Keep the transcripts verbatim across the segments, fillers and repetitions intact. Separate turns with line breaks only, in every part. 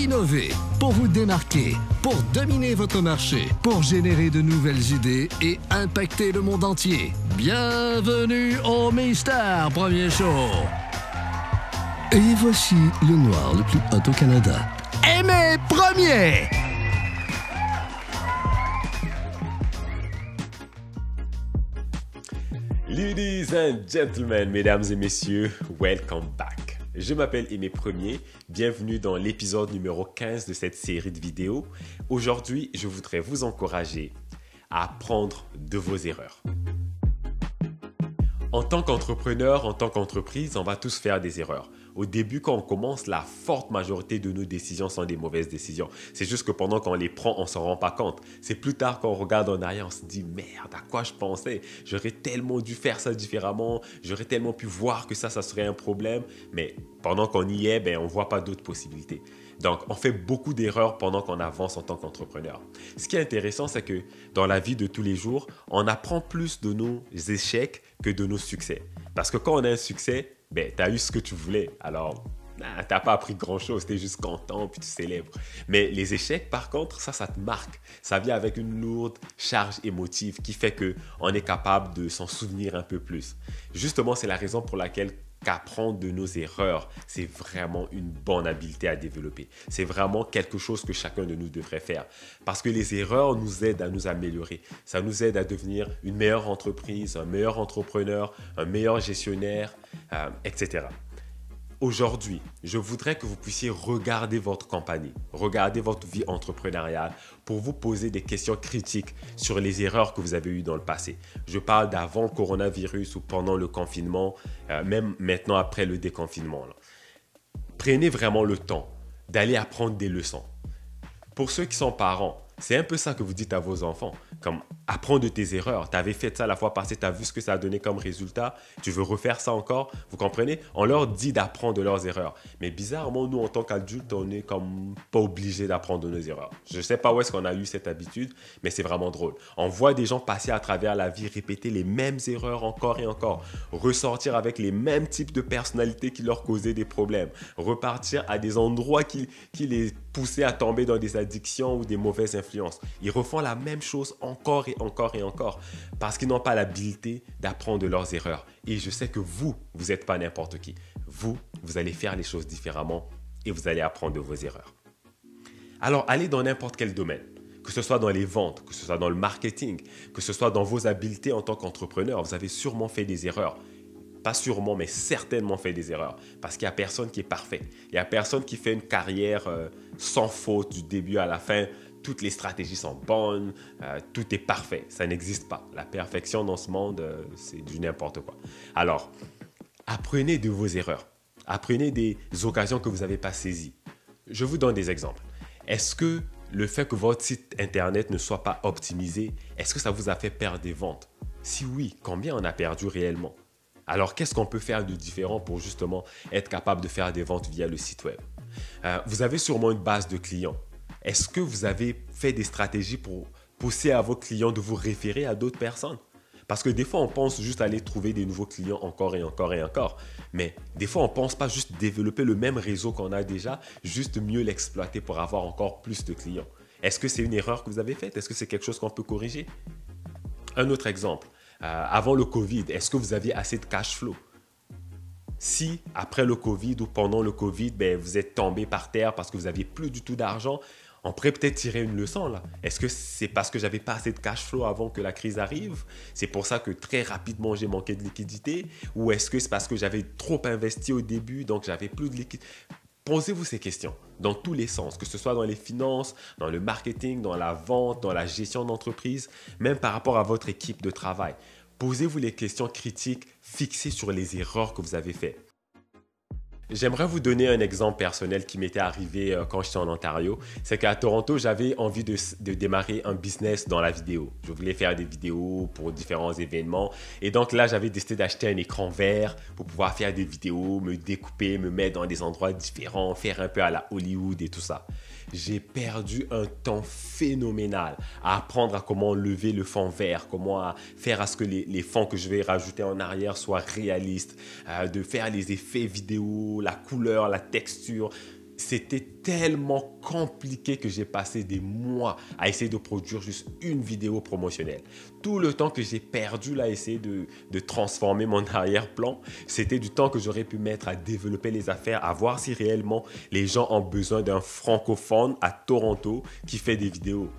innover, pour vous démarquer, pour dominer votre marché, pour générer de nouvelles idées et impacter le monde entier. Bienvenue au Mister Premier Show. Et voici le noir le plus hot au Canada. Aimé Premier!
Ladies and gentlemen, mesdames et messieurs, welcome back. Je m'appelle Aimé Premier, bienvenue dans l'épisode numéro quinze de cette série de vidéos. Aujourd'hui, je voudrais vous encourager à apprendre de vos erreurs. En tant qu'entrepreneur, en tant qu'entreprise, on va tous faire des erreurs. Au début, quand on commence, la forte majorité de nos décisions sont des mauvaises décisions. C'est juste que pendant qu'on les prend, on ne s'en rend pas compte. C'est plus tard quand on regarde en arrière, on se dit « Merde, à quoi je pensais? J'aurais tellement dû faire ça différemment. J'aurais tellement pu voir que ça, ça serait un problème. » Mais pendant qu'on y est, ben, on ne voit pas d'autres possibilités. Donc, on fait beaucoup d'erreurs pendant qu'on avance en tant qu'entrepreneur. Ce qui est intéressant, c'est que dans la vie de tous les jours, on apprend plus de nos échecs que de nos succès. Parce que quand on a un succès, ben, tu as eu ce que tu voulais. Alors, nah, tu n'as pas appris grand-chose, tu es juste content puis tu célèbres. Mais les échecs, par contre, ça, ça te marque. Ça vient avec une lourde charge émotive qui fait qu'on est capable de s'en souvenir un peu plus. Justement, c'est la raison pour laquelle qu'apprendre de nos erreurs, c'est vraiment une bonne habileté à développer. C'est vraiment quelque chose que chacun de nous devrait faire. Parce que les erreurs nous aident à nous améliorer. Ça nous aide à devenir une meilleure entreprise, un meilleur entrepreneur, un meilleur gestionnaire, euh, et cetera. Aujourd'hui, je voudrais que vous puissiez regarder votre compagnie, regarder votre vie entrepreneuriale pour vous poser des questions critiques sur les erreurs que vous avez eues dans le passé. Je parle d'avant le coronavirus ou pendant le confinement, euh, même maintenant après le déconfinement, là. Prenez vraiment le temps d'aller apprendre des leçons. Pour ceux qui sont parents, c'est un peu ça que vous dites à vos enfants, comme apprends de tes erreurs. Tu avais fait ça la fois passée, tu as vu ce que ça a donné comme résultat, tu veux refaire ça encore, vous comprenez? On leur dit d'apprendre de leurs erreurs. Mais bizarrement, nous, en tant qu'adultes, on n'est comme pas obligés d'apprendre de nos erreurs. Je ne sais pas où est-ce qu'on a eu cette habitude, mais c'est vraiment drôle. On voit des gens passer à travers la vie, répéter les mêmes erreurs encore et encore, ressortir avec les mêmes types de personnalités qui leur causaient des problèmes, repartir à des endroits qui, qui les poussaient à tomber dans des addictions ou des mauvaises influences. Ils refont la même chose encore et encore et encore parce qu'ils n'ont pas l'habilité d'apprendre de leurs erreurs. Et je sais que vous, vous n'êtes pas n'importe qui. Vous, vous allez faire les choses différemment et vous allez apprendre de vos erreurs. Alors, allez dans n'importe quel domaine, que ce soit dans les ventes, que ce soit dans le marketing, que ce soit dans vos habiletés en tant qu'entrepreneur. Vous avez sûrement fait des erreurs. Pas sûrement, mais certainement fait des erreurs. Parce qu'il n'y a personne qui est parfait. Il n'y a personne qui fait une carrière euh, sans faute du début à la fin. Toutes les stratégies sont bonnes, euh, tout est parfait. Ça n'existe pas. La perfection dans ce monde, euh, c'est du n'importe quoi. Alors, apprenez de vos erreurs. Apprenez des occasions que vous n'avez pas saisies. Je vous donne des exemples. Est-ce que le fait que votre site Internet ne soit pas optimisé, est-ce que ça vous a fait perdre des ventes? Si oui, combien on a perdu réellement? Alors, qu'est-ce qu'on peut faire de différent pour justement être capable de faire des ventes via le site web? Euh, vous avez sûrement une base de clients. Est-ce que vous avez fait des stratégies pour pousser à vos clients de vous référer à d'autres personnes? Parce que des fois, on pense juste aller trouver des nouveaux clients encore et encore et encore. Mais des fois, on ne pense pas juste développer le même réseau qu'on a déjà, juste mieux l'exploiter pour avoir encore plus de clients. Est-ce que c'est une erreur que vous avez faite? Est-ce que c'est quelque chose qu'on peut corriger? Un autre exemple. Euh, avant le Covid, est-ce que vous aviez assez de cash flow? Si, après le Covid ou pendant le Covid, ben, vous êtes tombé par terre parce que vous n'aviez plus du tout d'argent, on pourrait peut-être tirer une leçon là. Est-ce que c'est parce que j'avais pas assez de cash flow avant que la crise arrive? C'est pour ça que très rapidement j'ai manqué de liquidité? Ou est-ce que c'est parce que j'avais trop investi au début, donc j'avais plus de liquidité? Posez-vous ces questions dans tous les sens, que ce soit dans les finances, dans le marketing, dans la vente, dans la gestion d'entreprise, même par rapport à votre équipe de travail. Posez-vous les questions critiques fixées sur les erreurs que vous avez faites. J'aimerais vous donner un exemple personnel qui m'était arrivé euh, quand j'étais en Ontario. C'est qu'à Toronto, j'avais envie de, de démarrer un business dans la vidéo. Je voulais faire des vidéos pour différents événements. Et donc là, j'avais décidé d'acheter un écran vert pour pouvoir faire des vidéos, me découper, me mettre dans des endroits différents, faire un peu à la Hollywood et tout ça. J'ai perdu un temps phénoménal à apprendre à comment lever le fond vert, comment faire à ce que les, les fonds que je vais rajouter en arrière soient réalistes, euh, de faire les effets vidéo, la couleur, la texture. c'était tellement compliqué que j'ai passé des mois à essayer de produire juste une vidéo promotionnelle. Tout le temps que j'ai perdu là, à essayer de, de transformer mon arrière-plan, c'était du temps que j'aurais pu mettre à développer les affaires, à voir si réellement les gens ont besoin d'un francophone à Toronto qui fait des vidéos.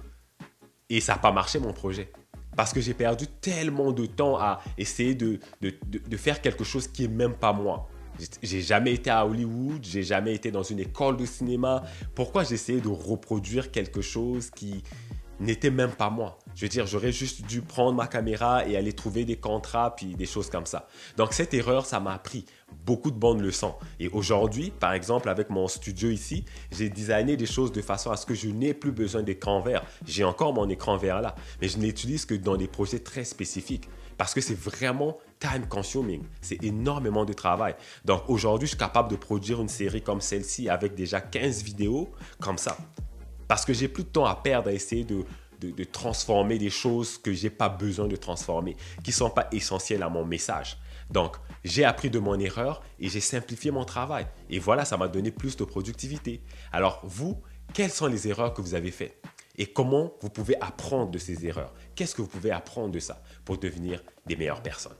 Et ça n'a pas marché mon projet. Parce que j'ai perdu tellement de temps à essayer de, de, de, de faire quelque chose qui n'est même pas moi. J'ai jamais été à Hollywood, j'ai jamais été dans une école de cinéma. Pourquoi j'essayais de reproduire quelque chose qui n'était même pas moi? Je veux dire, j'aurais juste dû prendre ma caméra et aller trouver des contrats puis des choses comme ça. Donc cette erreur, ça m'a appris beaucoup de bonnes leçons. Et aujourd'hui, par exemple, avec mon studio ici, j'ai designé des choses de façon à ce que je n'ai plus besoin d'écran vert. J'ai encore mon écran vert là, mais je ne l'utilise que dans des projets très spécifiques. Parce que c'est vraiment time consuming. C'est énormément de travail. Donc aujourd'hui, je suis capable de produire une série comme celle-ci avec déjà quinze vidéos comme ça. Parce que j'ai plus de temps à perdre à essayer de, de, de transformer des choses que je n'ai pas besoin de transformer, qui ne sont pas essentielles à mon message. Donc, j'ai appris de mon erreur et j'ai simplifié mon travail. Et voilà, ça m'a donné plus de productivité. Alors vous, quelles sont les erreurs que vous avez faites? Et comment vous pouvez apprendre de ces erreurs? Qu'est-ce que vous pouvez apprendre de ça pour devenir des meilleures personnes?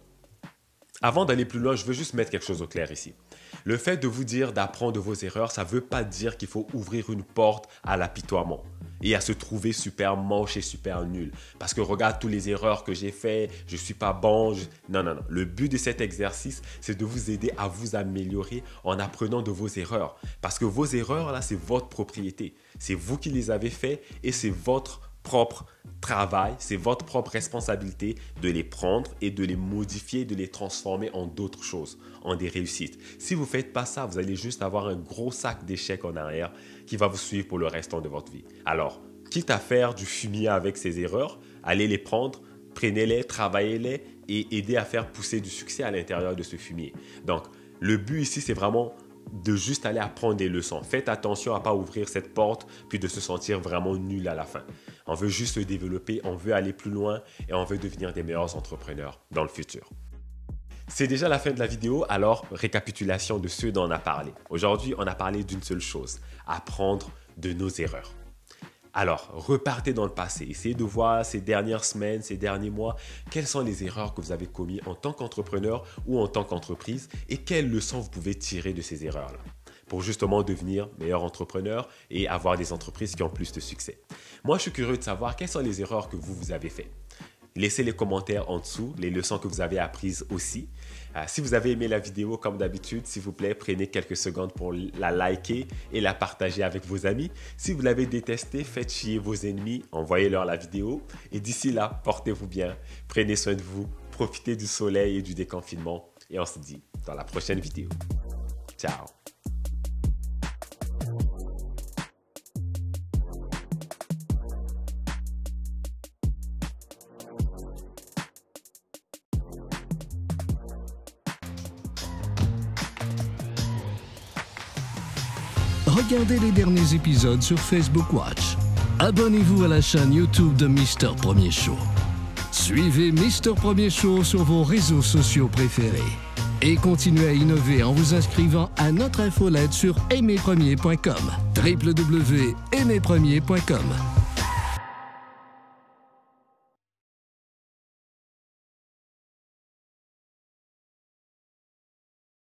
Avant d'aller plus loin, je veux juste mettre quelque chose au clair ici. Le fait de vous dire d'apprendre de vos erreurs, ça ne veut pas dire qu'il faut ouvrir une porte à l'apitoiement et à se trouver super moche et super nul. Parce que regarde toutes les erreurs que j'ai faites, je ne suis pas bon. Je... Non, non, non. Le but de cet exercice, c'est de vous aider à vous améliorer en apprenant de vos erreurs. Parce que vos erreurs, là, c'est votre propriété. C'est vous qui les avez faites et c'est votre propre travail, c'est votre propre responsabilité de les prendre et de les modifier, de les transformer en d'autres choses, en des réussites. Si vous ne faites pas ça, vous allez juste avoir un gros sac d'échecs en arrière qui va vous suivre pour le restant de votre vie. Alors, quitte à faire du fumier avec ces erreurs, allez les prendre, prenez-les, travaillez-les et aidez à faire pousser du succès à l'intérieur de ce fumier. Donc, le but ici, c'est vraiment de juste aller apprendre des leçons. Faites attention à ne pas ouvrir cette porte puis de se sentir vraiment nul à la fin. On veut juste se développer, on veut aller plus loin et on veut devenir des meilleurs entrepreneurs dans le futur. C'est déjà la fin de la vidéo, alors récapitulation de ce dont on a parlé. Aujourd'hui, on a parlé d'une seule chose, apprendre de nos erreurs. Alors, repartez dans le passé, essayez de voir ces dernières semaines, ces derniers mois, quelles sont les erreurs que vous avez commises en tant qu'entrepreneur ou en tant qu'entreprise et quelles leçons vous pouvez tirer de ces erreurs-là pour justement devenir meilleur entrepreneur et avoir des entreprises qui ont plus de succès. Moi, je suis curieux de savoir quelles sont les erreurs que vous, vous avez faites. Laissez les commentaires en dessous, les leçons que vous avez apprises aussi. Euh, si vous avez aimé la vidéo, comme d'habitude, s'il vous plaît, prenez quelques secondes pour la liker et la partager avec vos amis. Si vous l'avez détestée, faites chier vos ennemis, envoyez-leur la vidéo. Et d'ici là, portez-vous bien, prenez soin de vous, profitez du soleil et du déconfinement. Et on se dit dans la prochaine vidéo. Ciao!
Regardez les derniers épisodes sur Facebook Watch. Abonnez-vous à la chaîne YouTube de Mister Premier Show. Suivez Mister Premier Show sur vos réseaux sociaux préférés. Et continuez à innover en vous inscrivant à notre infolette sur aimer premier point com. w w w point aimer premier point com